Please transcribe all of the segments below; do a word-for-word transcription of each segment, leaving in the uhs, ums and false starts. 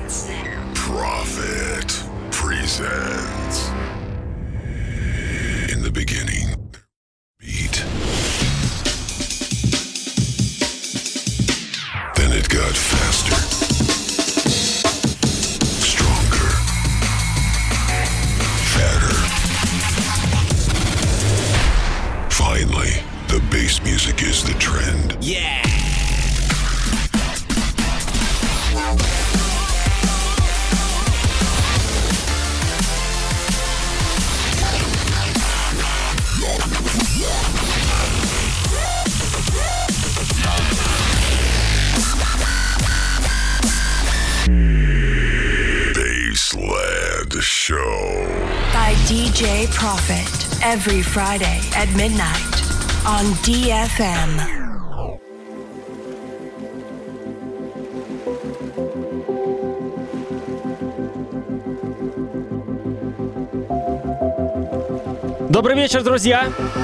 Prophet presents. In the beginning, beat. Then it got faster, stronger, fatter. Finally, the bass music is the trend. Yeah! Baseland Show by ди джей Prophet every Friday at midnight on ди эф эм. Добрый вечер, друзья!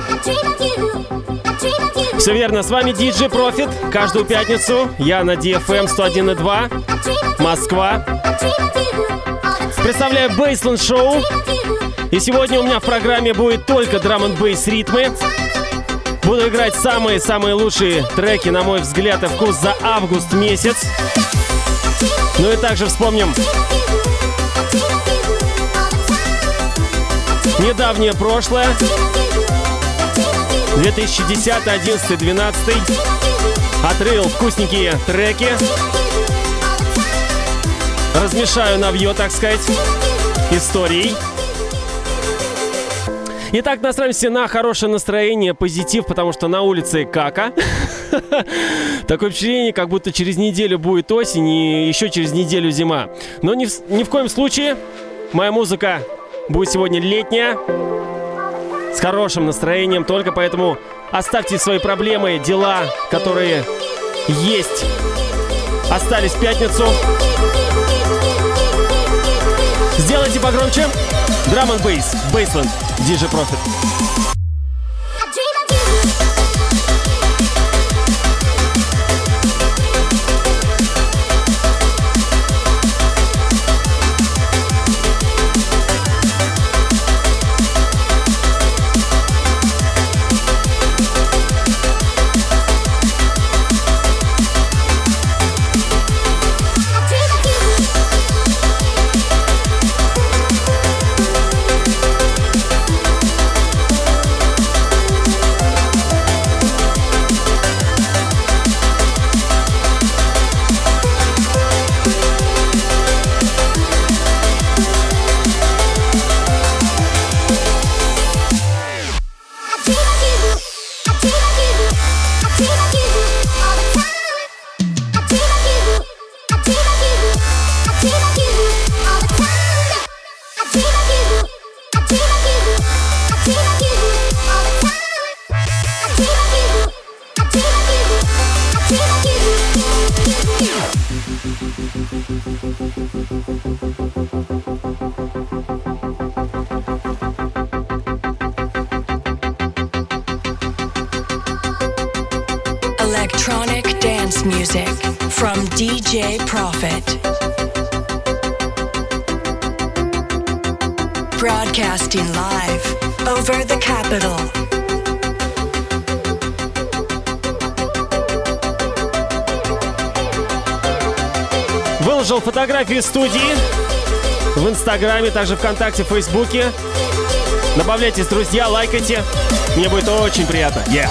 Все верно, с вами ди джей Profit. Каждую пятницу я на ди эф эм сто один и два, Москва. Представляю Baseland Show. И сегодня у меня в программе будет только драм-н-бейс ритмы. Буду играть самые-самые лучшие треки, на мой взгляд, и вкус за август месяц. Ну и также вспомним недавнее прошлое. две тысячи десятый, одиннадцатый, двенадцатый. Отрыл вкусненькие треки. Размешаю навье, так сказать, историей. Итак, настраиваемся на хорошее настроение, позитив, потому что на улице кака. Такое впечатление, как будто через неделю будет осень и еще через неделю зима. Но ни в, ни в коем случае моя музыка будет сегодня летняя, с хорошим настроением, только поэтому оставьте свои проблемы, дела, которые есть, остались в пятницу. Сделайте погромче. Drum and Bass, Baseland, ди джей Profit. Electronic dance music from ди джей Profit. Broadcasting live over the capital. Выложил фотографии студии в Инстаграме, также ВКонтакте, в Фейсбуке. Добавляйтесь, друзья, лайкайте. Мне будет очень приятно. Yeah.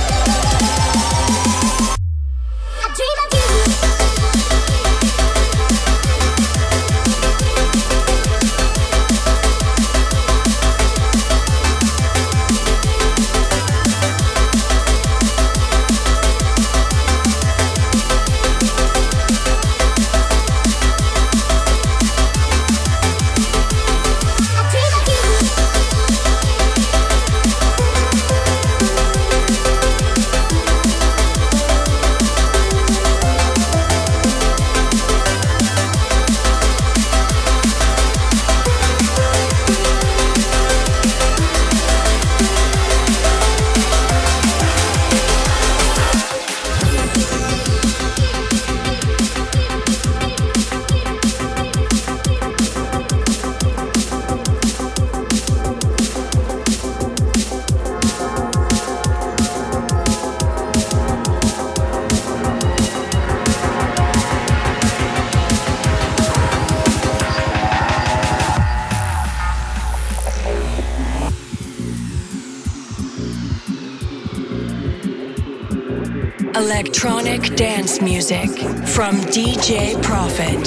electronic dance music from D J Profit.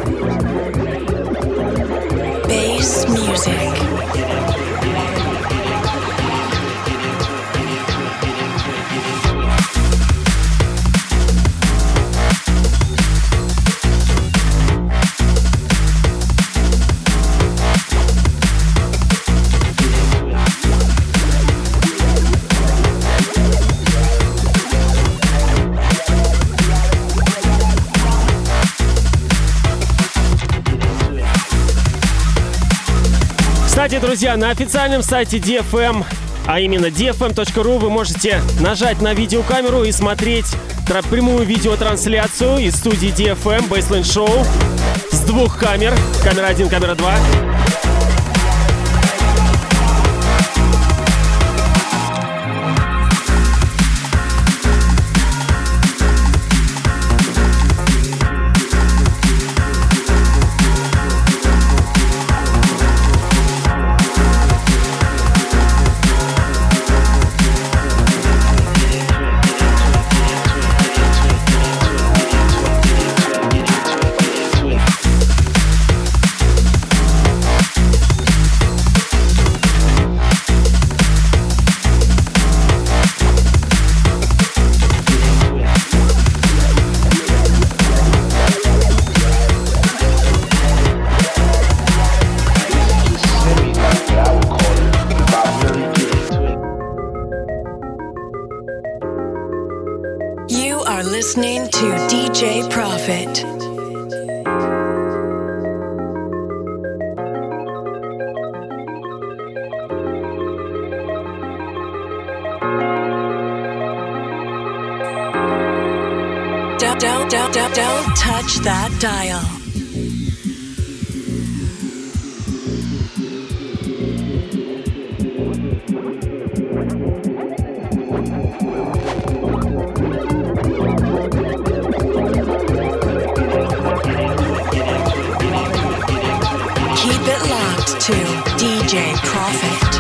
Bass music. Кстати, друзья, на официальном сайте ди эф эм, а именно ди эф эм точка ру, вы можете нажать на видеокамеру и смотреть прямую видеотрансляцию из студии ди эф эм Baseline Show с двух камер. Камера один, камера два. Listening to ди джей Profit. Don't, don't, don't, don't, don't touch that dial. To D J Profit.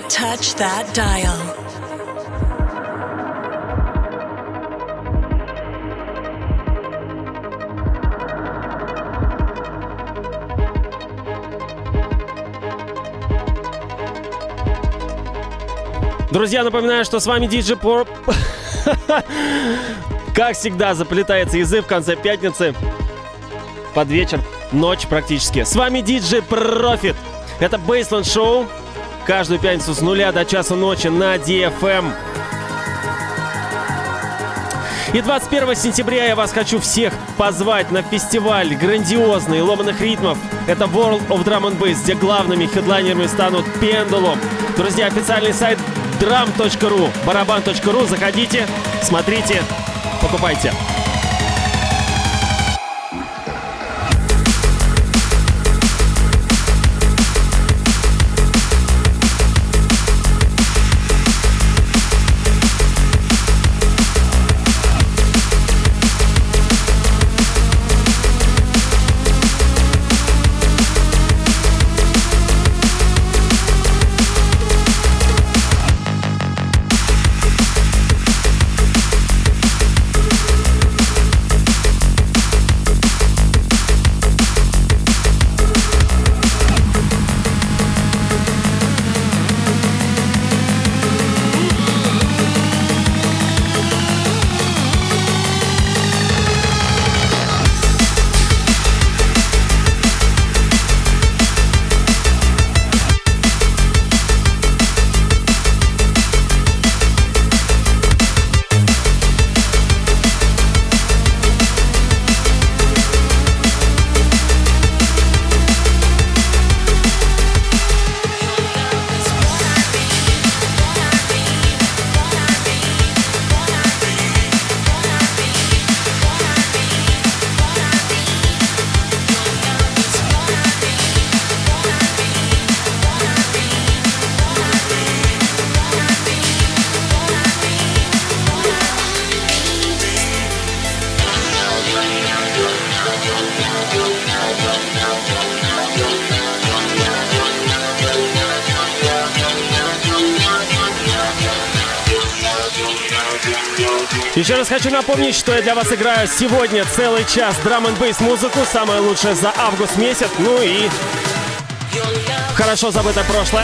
touch that dial. Друзья, напоминаю, что с вами диджей Por... Как всегда, заплетается язык в конце пятницы. Под вечер, ночь практически. С вами диджей Profit. Это Baseline Show. Каждую пятницу с нуля до часа ночи на ди эф эм. И двадцать первого сентября я вас хочу всех позвать на фестиваль грандиозный ломаных ритмов. Это World of Drum and Bass, где главными хедлайнерами станут Pendulum. Друзья, официальный сайт драм точка ру, барабан точка ру. Заходите, смотрите, покупайте. Еще раз хочу напомнить, что я для вас играю сегодня целый час драм-н-бейс музыку, самое лучшее за август месяц, ну и хорошо забытое прошлое.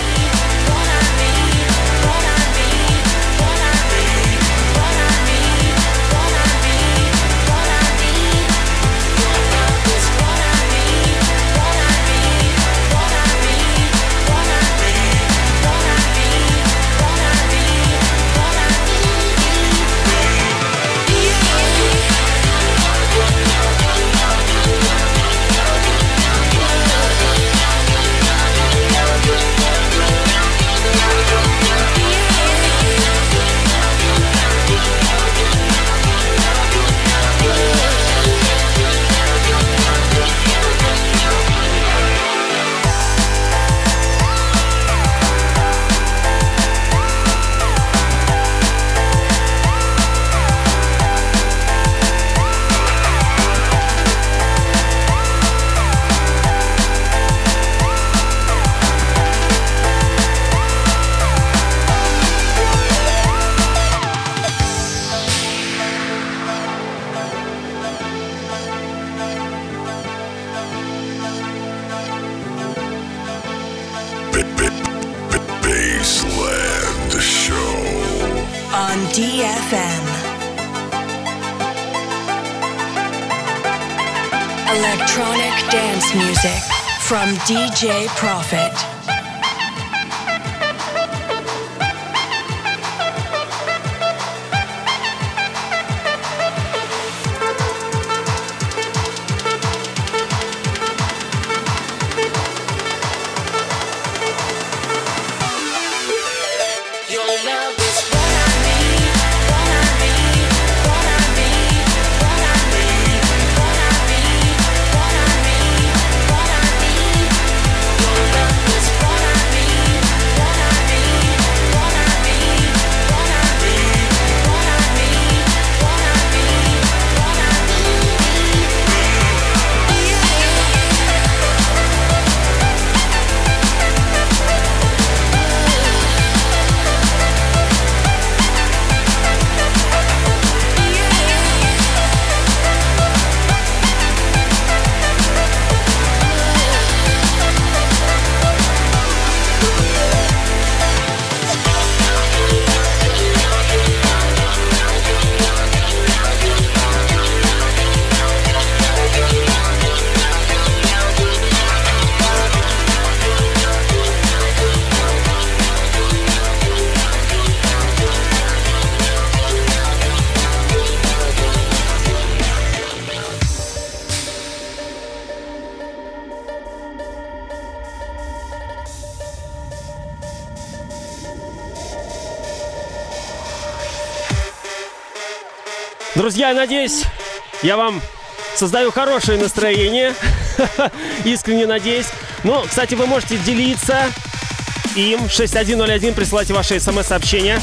ди эф эм. Electronic dance music from ди джей Profit. What I need, what I need, what I need, what I need. Друзья, я надеюсь, я вам создаю хорошее настроение. Искренне надеюсь. Ну, кстати, вы можете делиться им. шесть один ноль один, присылайте ваши смс-сообщения.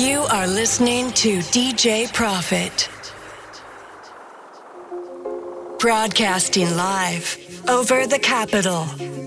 You are listening to ди джей Profit. Broadcasting live over the capital.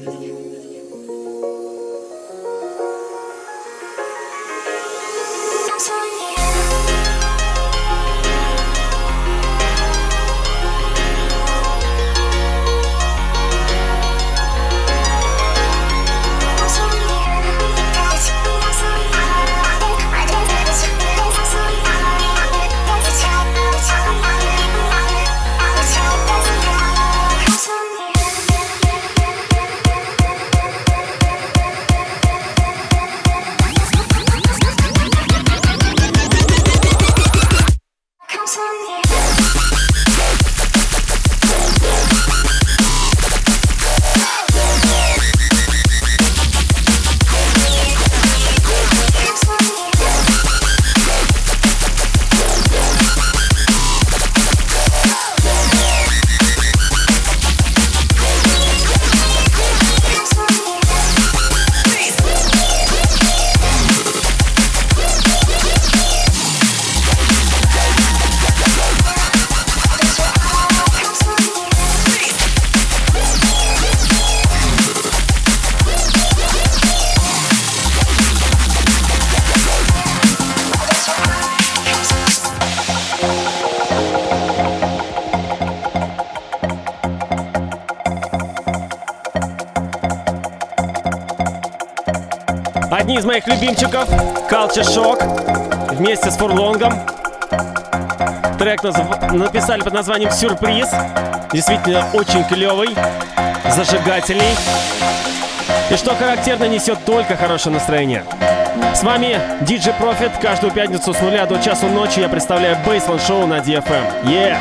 Одни из моих любимчиков — Culture Shock вместе с Фурлонгом. Трек наз- написали под названием «Сюрприз». Действительно очень клевый, зажигательный. И что характерно, несет только хорошее настроение. С вами ди джей Profit. Каждую пятницу с нуля до часу ночи я представляю Baseline Show на ди эф эм. Yeah!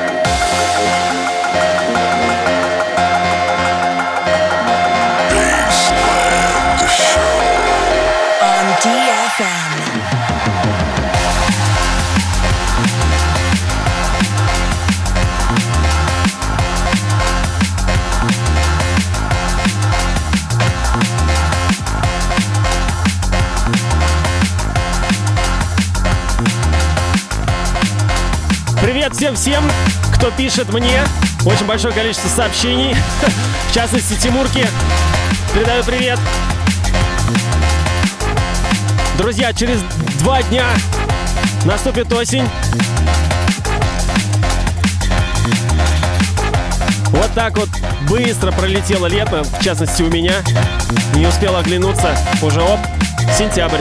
ди эф эм. Привет всем-всем, кто пишет мне. Очень большое количество сообщений. В частности, Тимурке. Передаю привет. Друзья, через два дня наступит осень. Вот так вот быстро пролетело лето, в частности у меня. Не успел оглянуться, уже оп, сентябрь.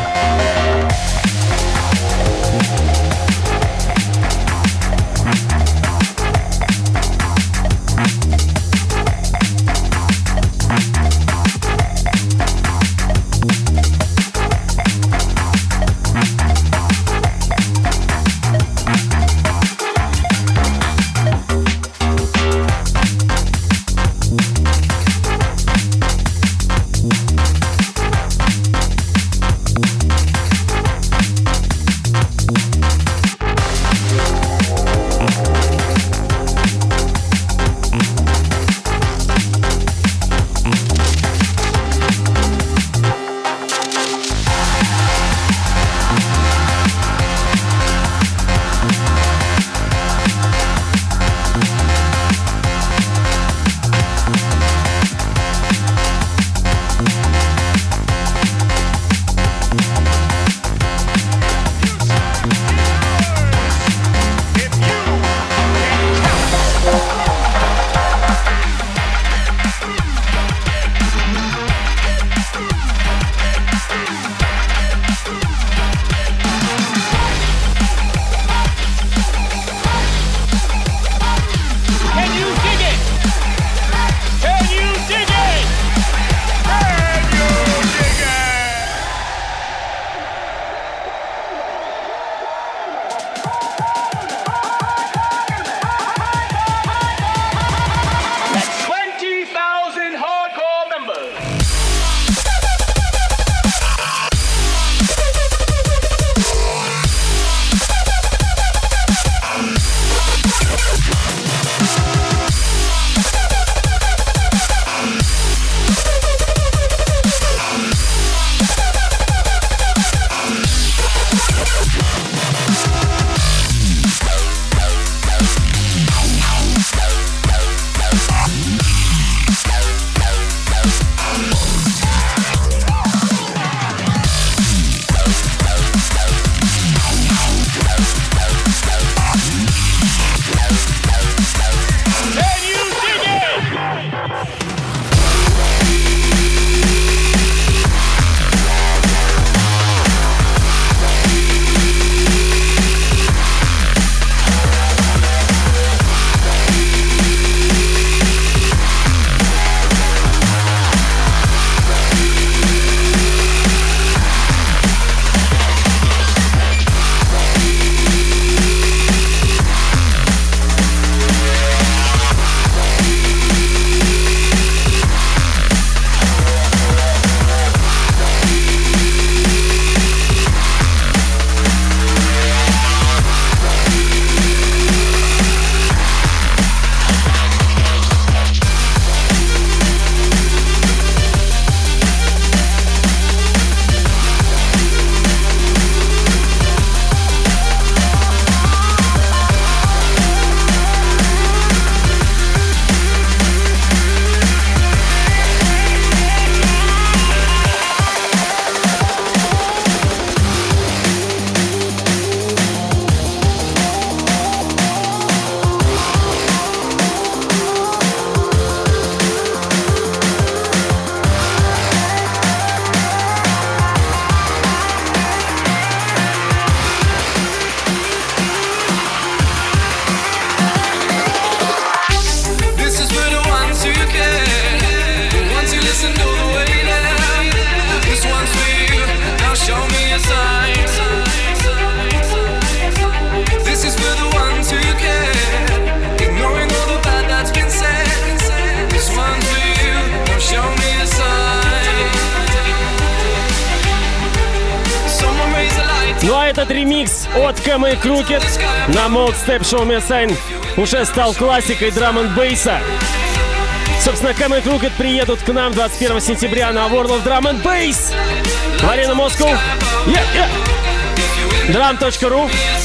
этот ремикс от Camel Crooked на Mold Step Show Me a Sign уже стал классикой драм-н-бейса. Собственно, Camel Crooked приедут к нам двадцать первого сентября на World of Drum and Bass в Арену Москву. Yeah, yeah. драм точка ру.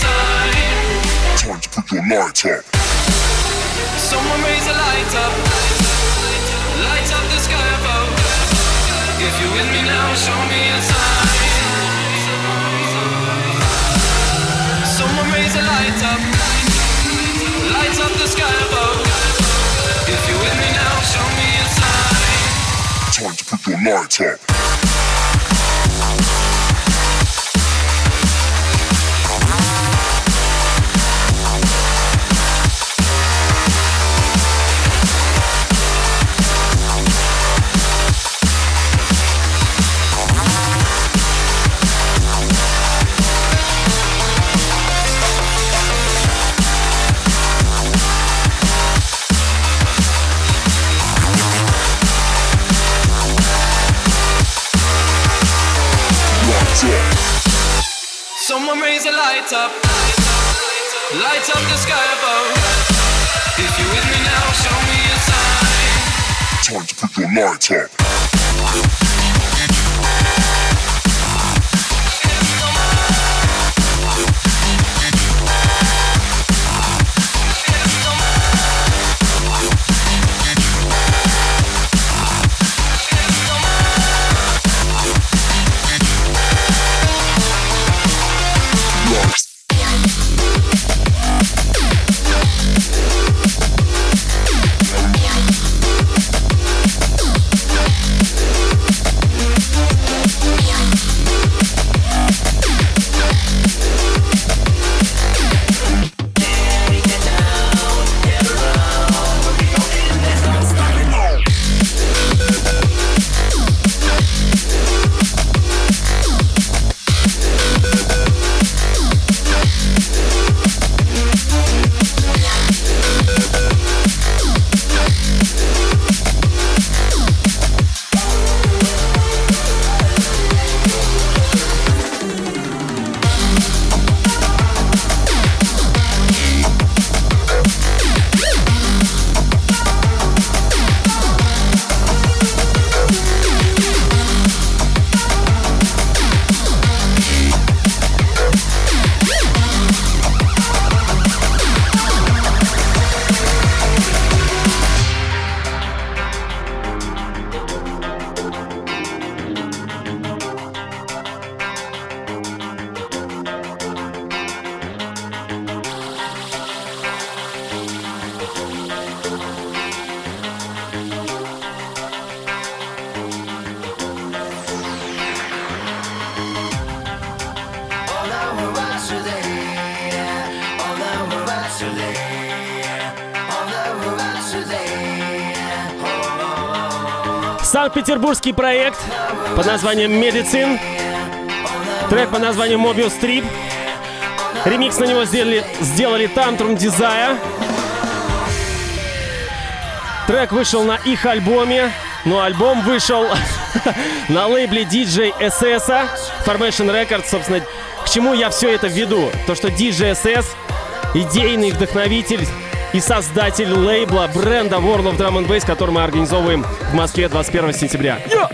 Someone raise a light up, light up the sky above. If you're with me now, show me a sign. Someone raise a light up, light up the sky above. If you're with me now, show me a sign. Time to put your light up. Someone raise a light up, light up the sky above. If you're with me now, show me a sign. Time to put your light up. Санкт-Петербургский проект под названием Medicine. Трек под названием Mobius Trip. Ремикс на него сделали, сделали Tantrum Desire. Трек вышел на их альбоме, но альбом вышел на лейбле ди джей эс эс, Formation Records. Собственно, к чему я все это веду? То, что ди джей эс эс — идейный вдохновитель и создатель лейбла, бренда World of Drum and Bass, который мы организовываем в Москве двадцать первого сентября. Йо!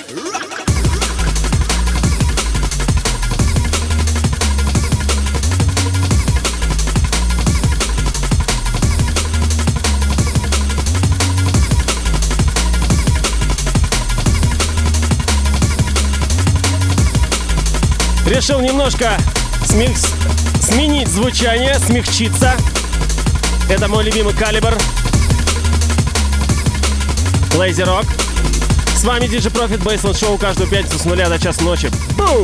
Решил немножко смех... сменить звучание, смягчиться. Это мой любимый калибр. Lazy Rock. С вами ди джей Profit Baseline Show каждую пятницу с нуля до часа ночи. Бум!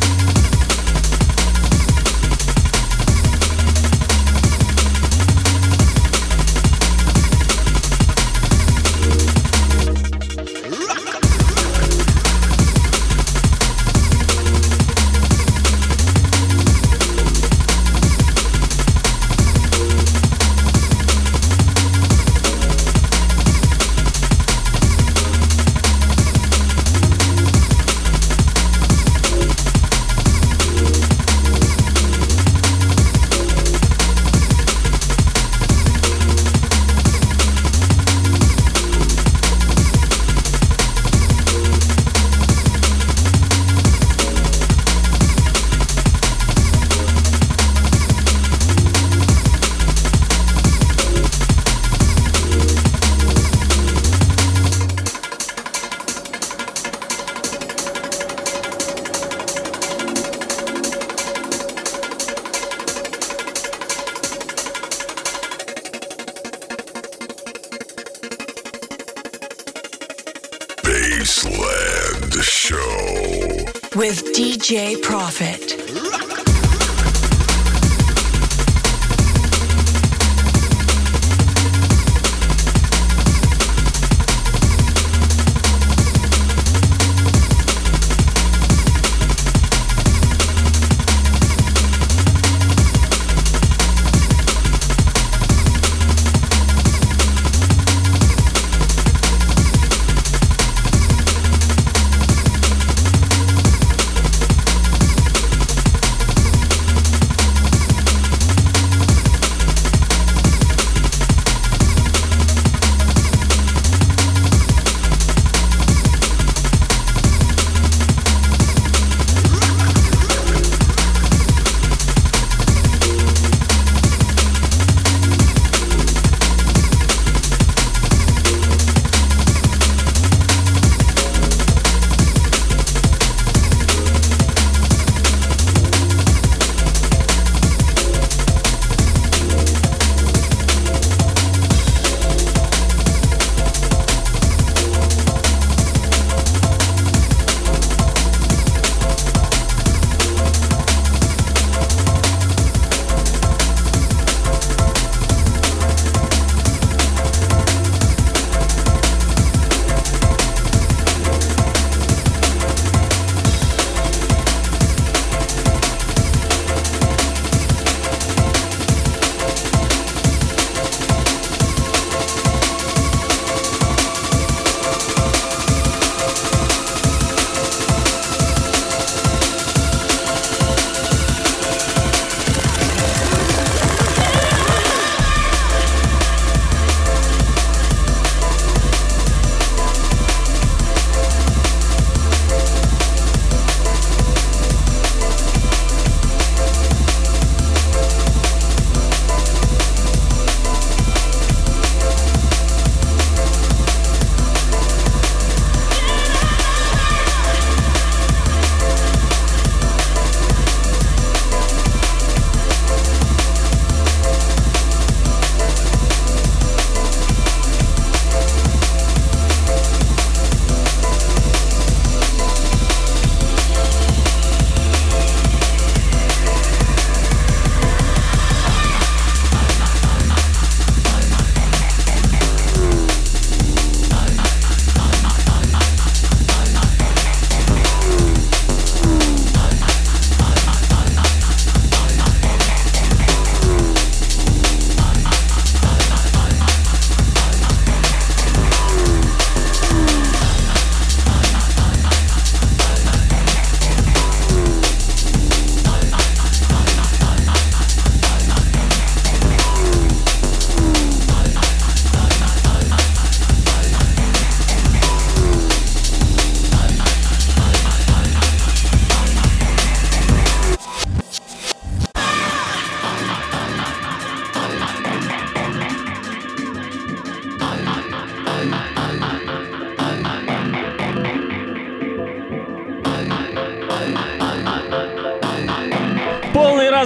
Baseland Show with ди джей Profit.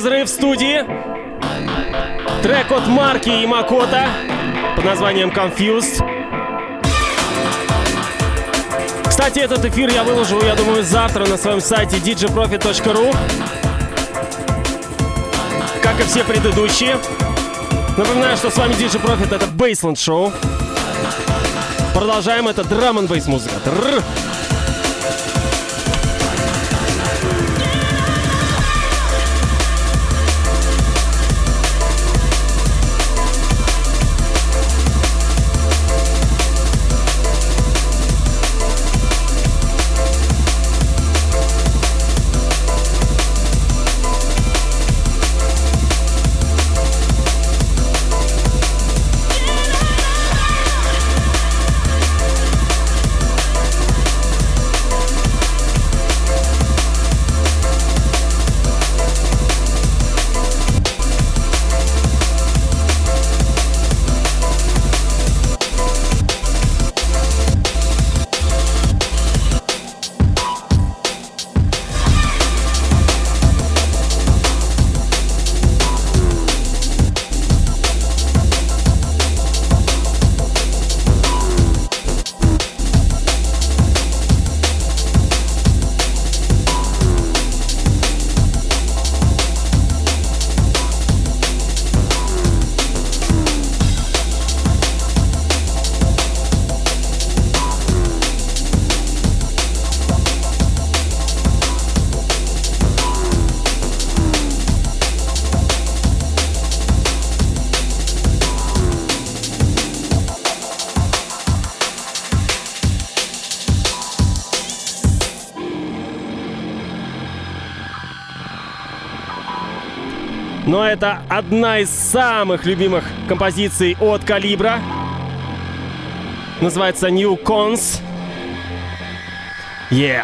Разрыв в студии. Трек от Марки и Макота под названием Confused. Кстати, этот эфир я выложу, я думаю, завтра на своем сайте ди джей профит точка ру. Как и все предыдущие. Напоминаю, что с вами ди джей Profit, это Baseland Show. Продолжаем, это драм энд бейс музыка. Трррр. Но это одна из самых любимых композиций от Калибра. Называется New Cons. Yeah.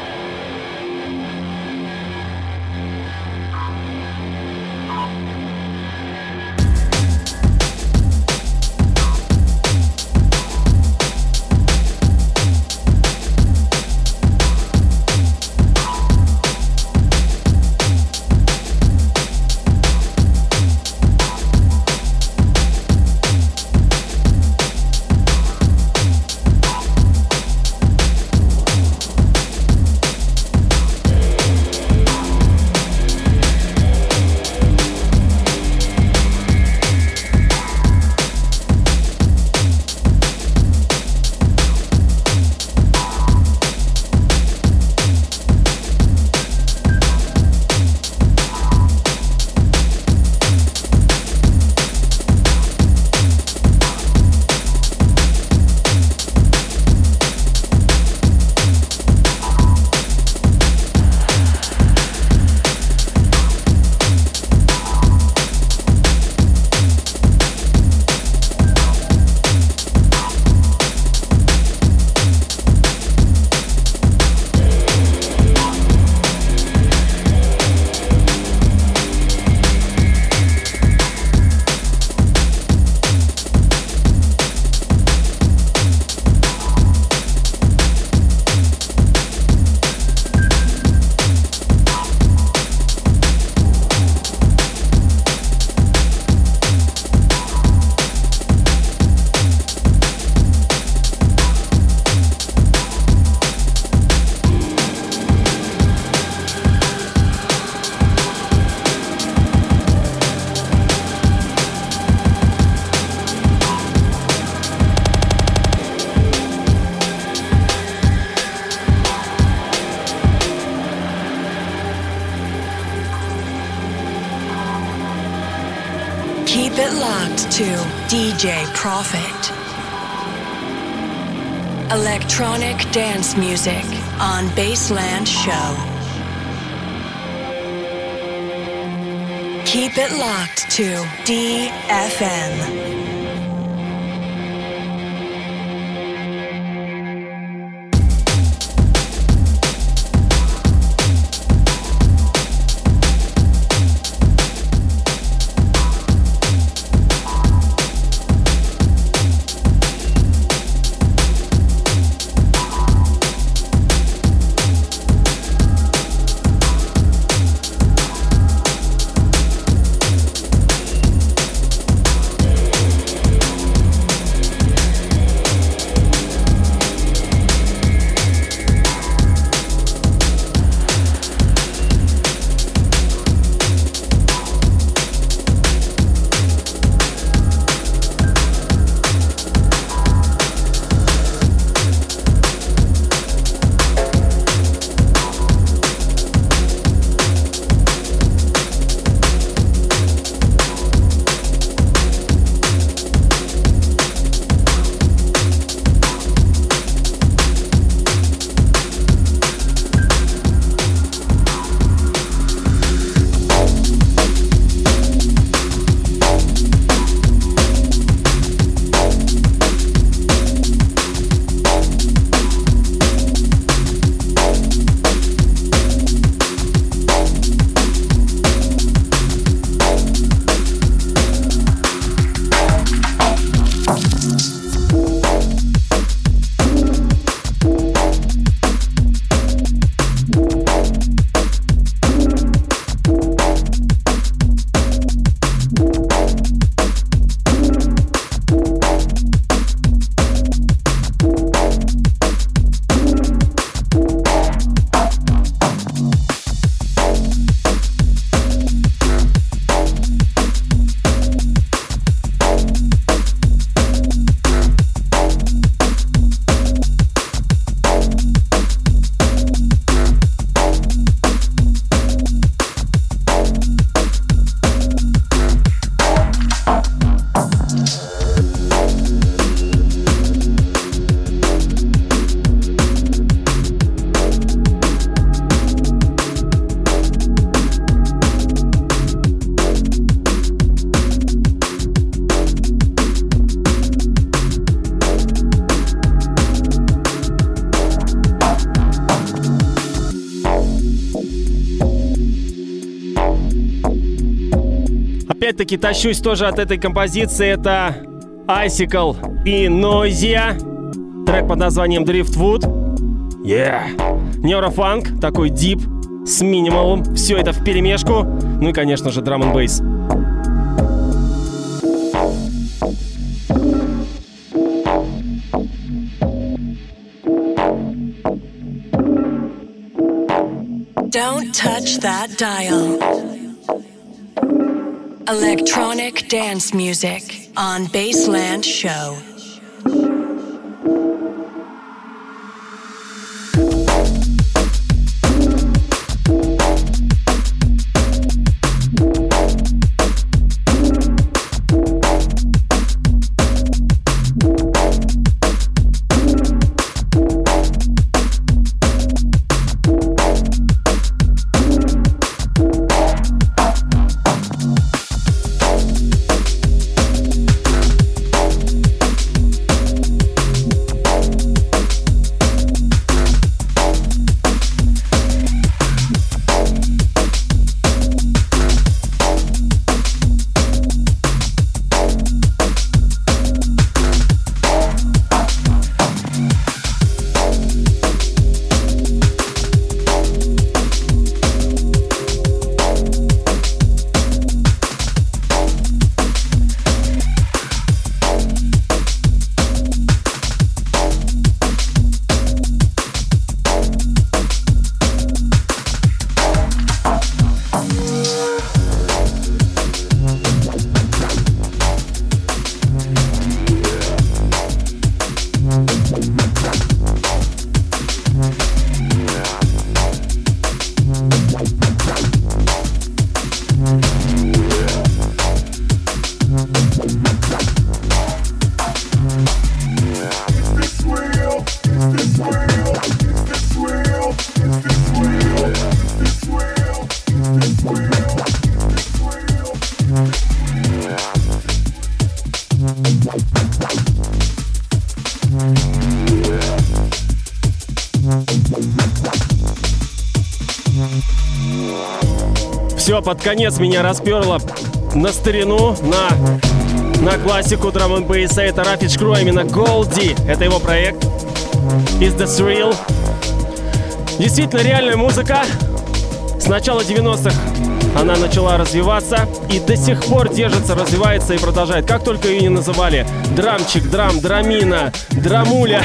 Keep it locked to ди джей Profit. Electronic dance music on Baseland Show. Keep it locked to D F M. опять-таки тащусь тоже от этой композиции. Это Icicle и Noisia. Трек под названием Driftwood. Yeah. Neuroфанк, такой дип с минималом. Все это вперемешку. Ну и, конечно же, драм н бейс. Don't touch that dial. Electronic dance music on Baseland Show. Все, под конец меня расперло на старину, на, на классику драм н бейса. Это Ravage Crew, а именно Goldie. Это его проект Is The Thrill. Действительно реальная музыка. С начала девяностых она начала развиваться и до сих пор держится, развивается и продолжает. Как только ее не называли. Драмчик, драм, драмина, драмуля.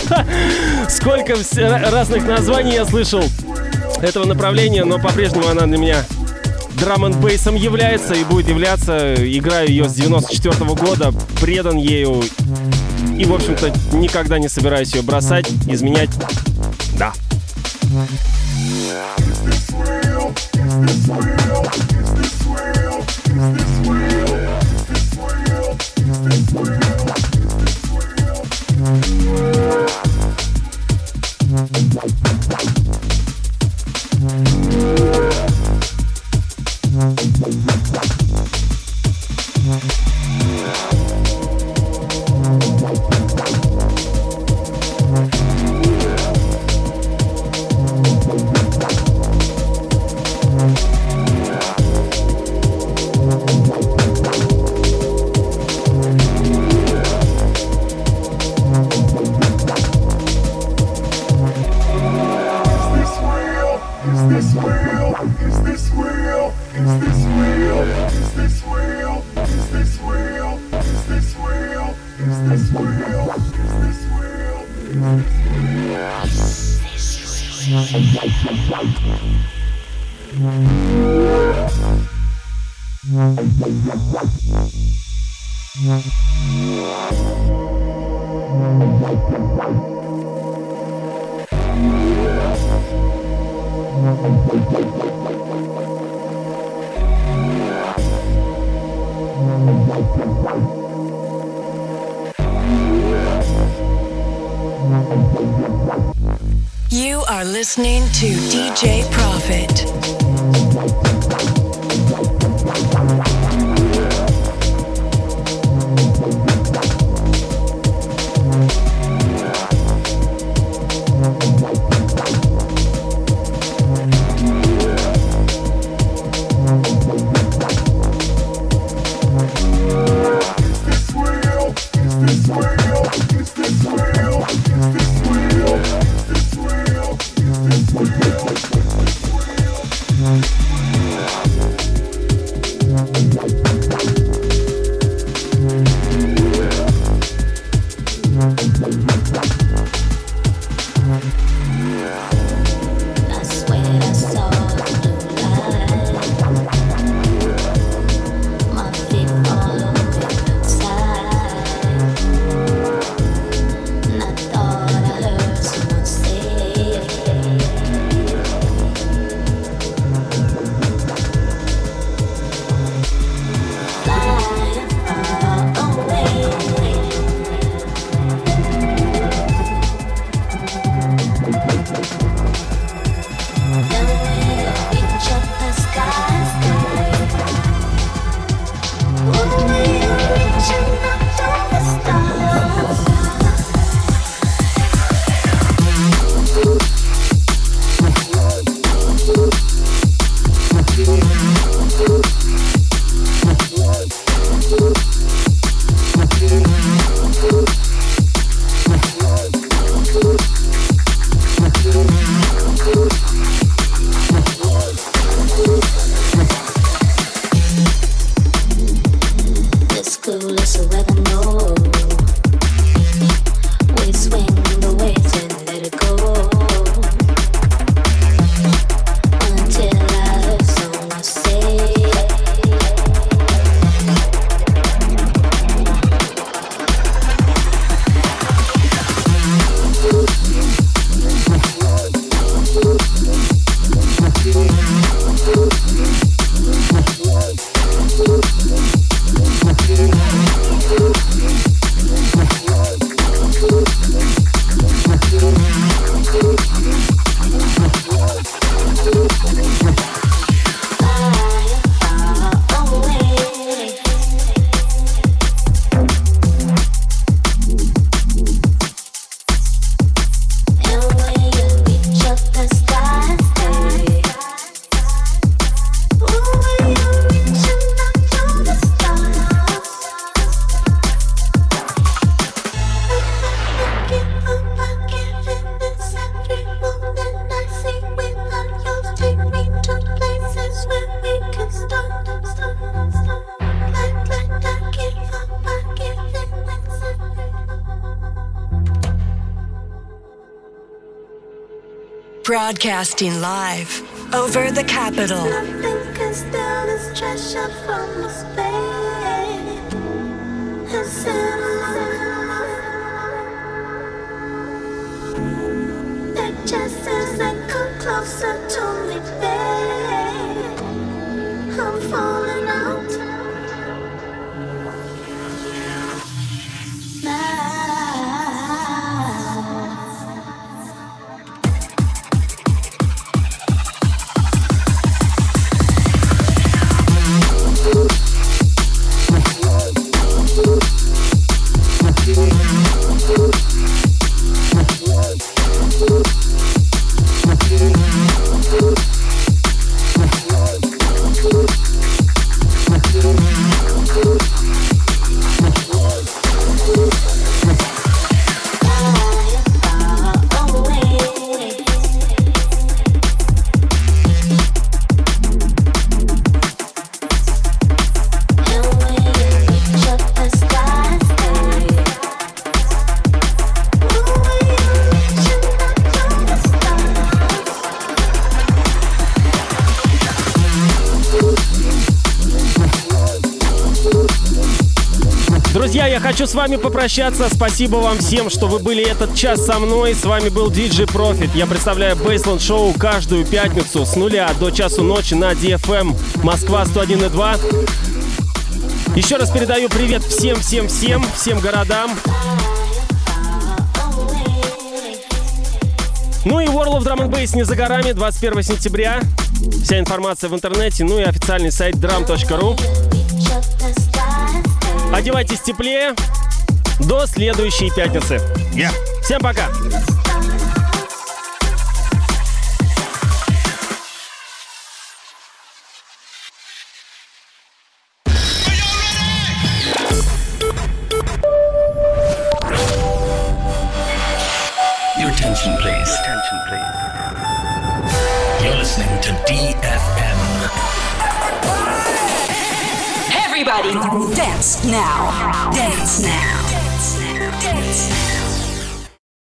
Сколько разных названий я слышал этого направления, но по-прежнему она для меня драм н бейсом является и будет являться. Играю ее с девяносто четвёртого года, предан ею и, в общем-то, никогда не собираюсь ее бросать, изменять. Да. You are listening to ди джей Profit. Broadcasting live over the capital. Nothing can steal this treasure from us, babe. That just isn't come closer to me, babe. I'm falling out now. Друзья, я хочу с вами попрощаться. Спасибо вам всем, что вы были этот час со мной. С вами был ди джей Profit. Я представляю Baseline Show каждую пятницу с нуля до часу ночи на ди эф эм Москва сто один и два. Еще раз передаю привет всем-всем-всем, всем городам. Ну и World of Drum and Bass не за горами, двадцать первого сентября. Вся информация в интернете, ну и официальный сайт драм точка ру. Одевайтесь теплее. До следующей пятницы. Yeah. Всем пока. Your attention, please. Attention, please. You're listening to ди эф эм. Everybody, dance now. Dance now. Dance now. Dance now.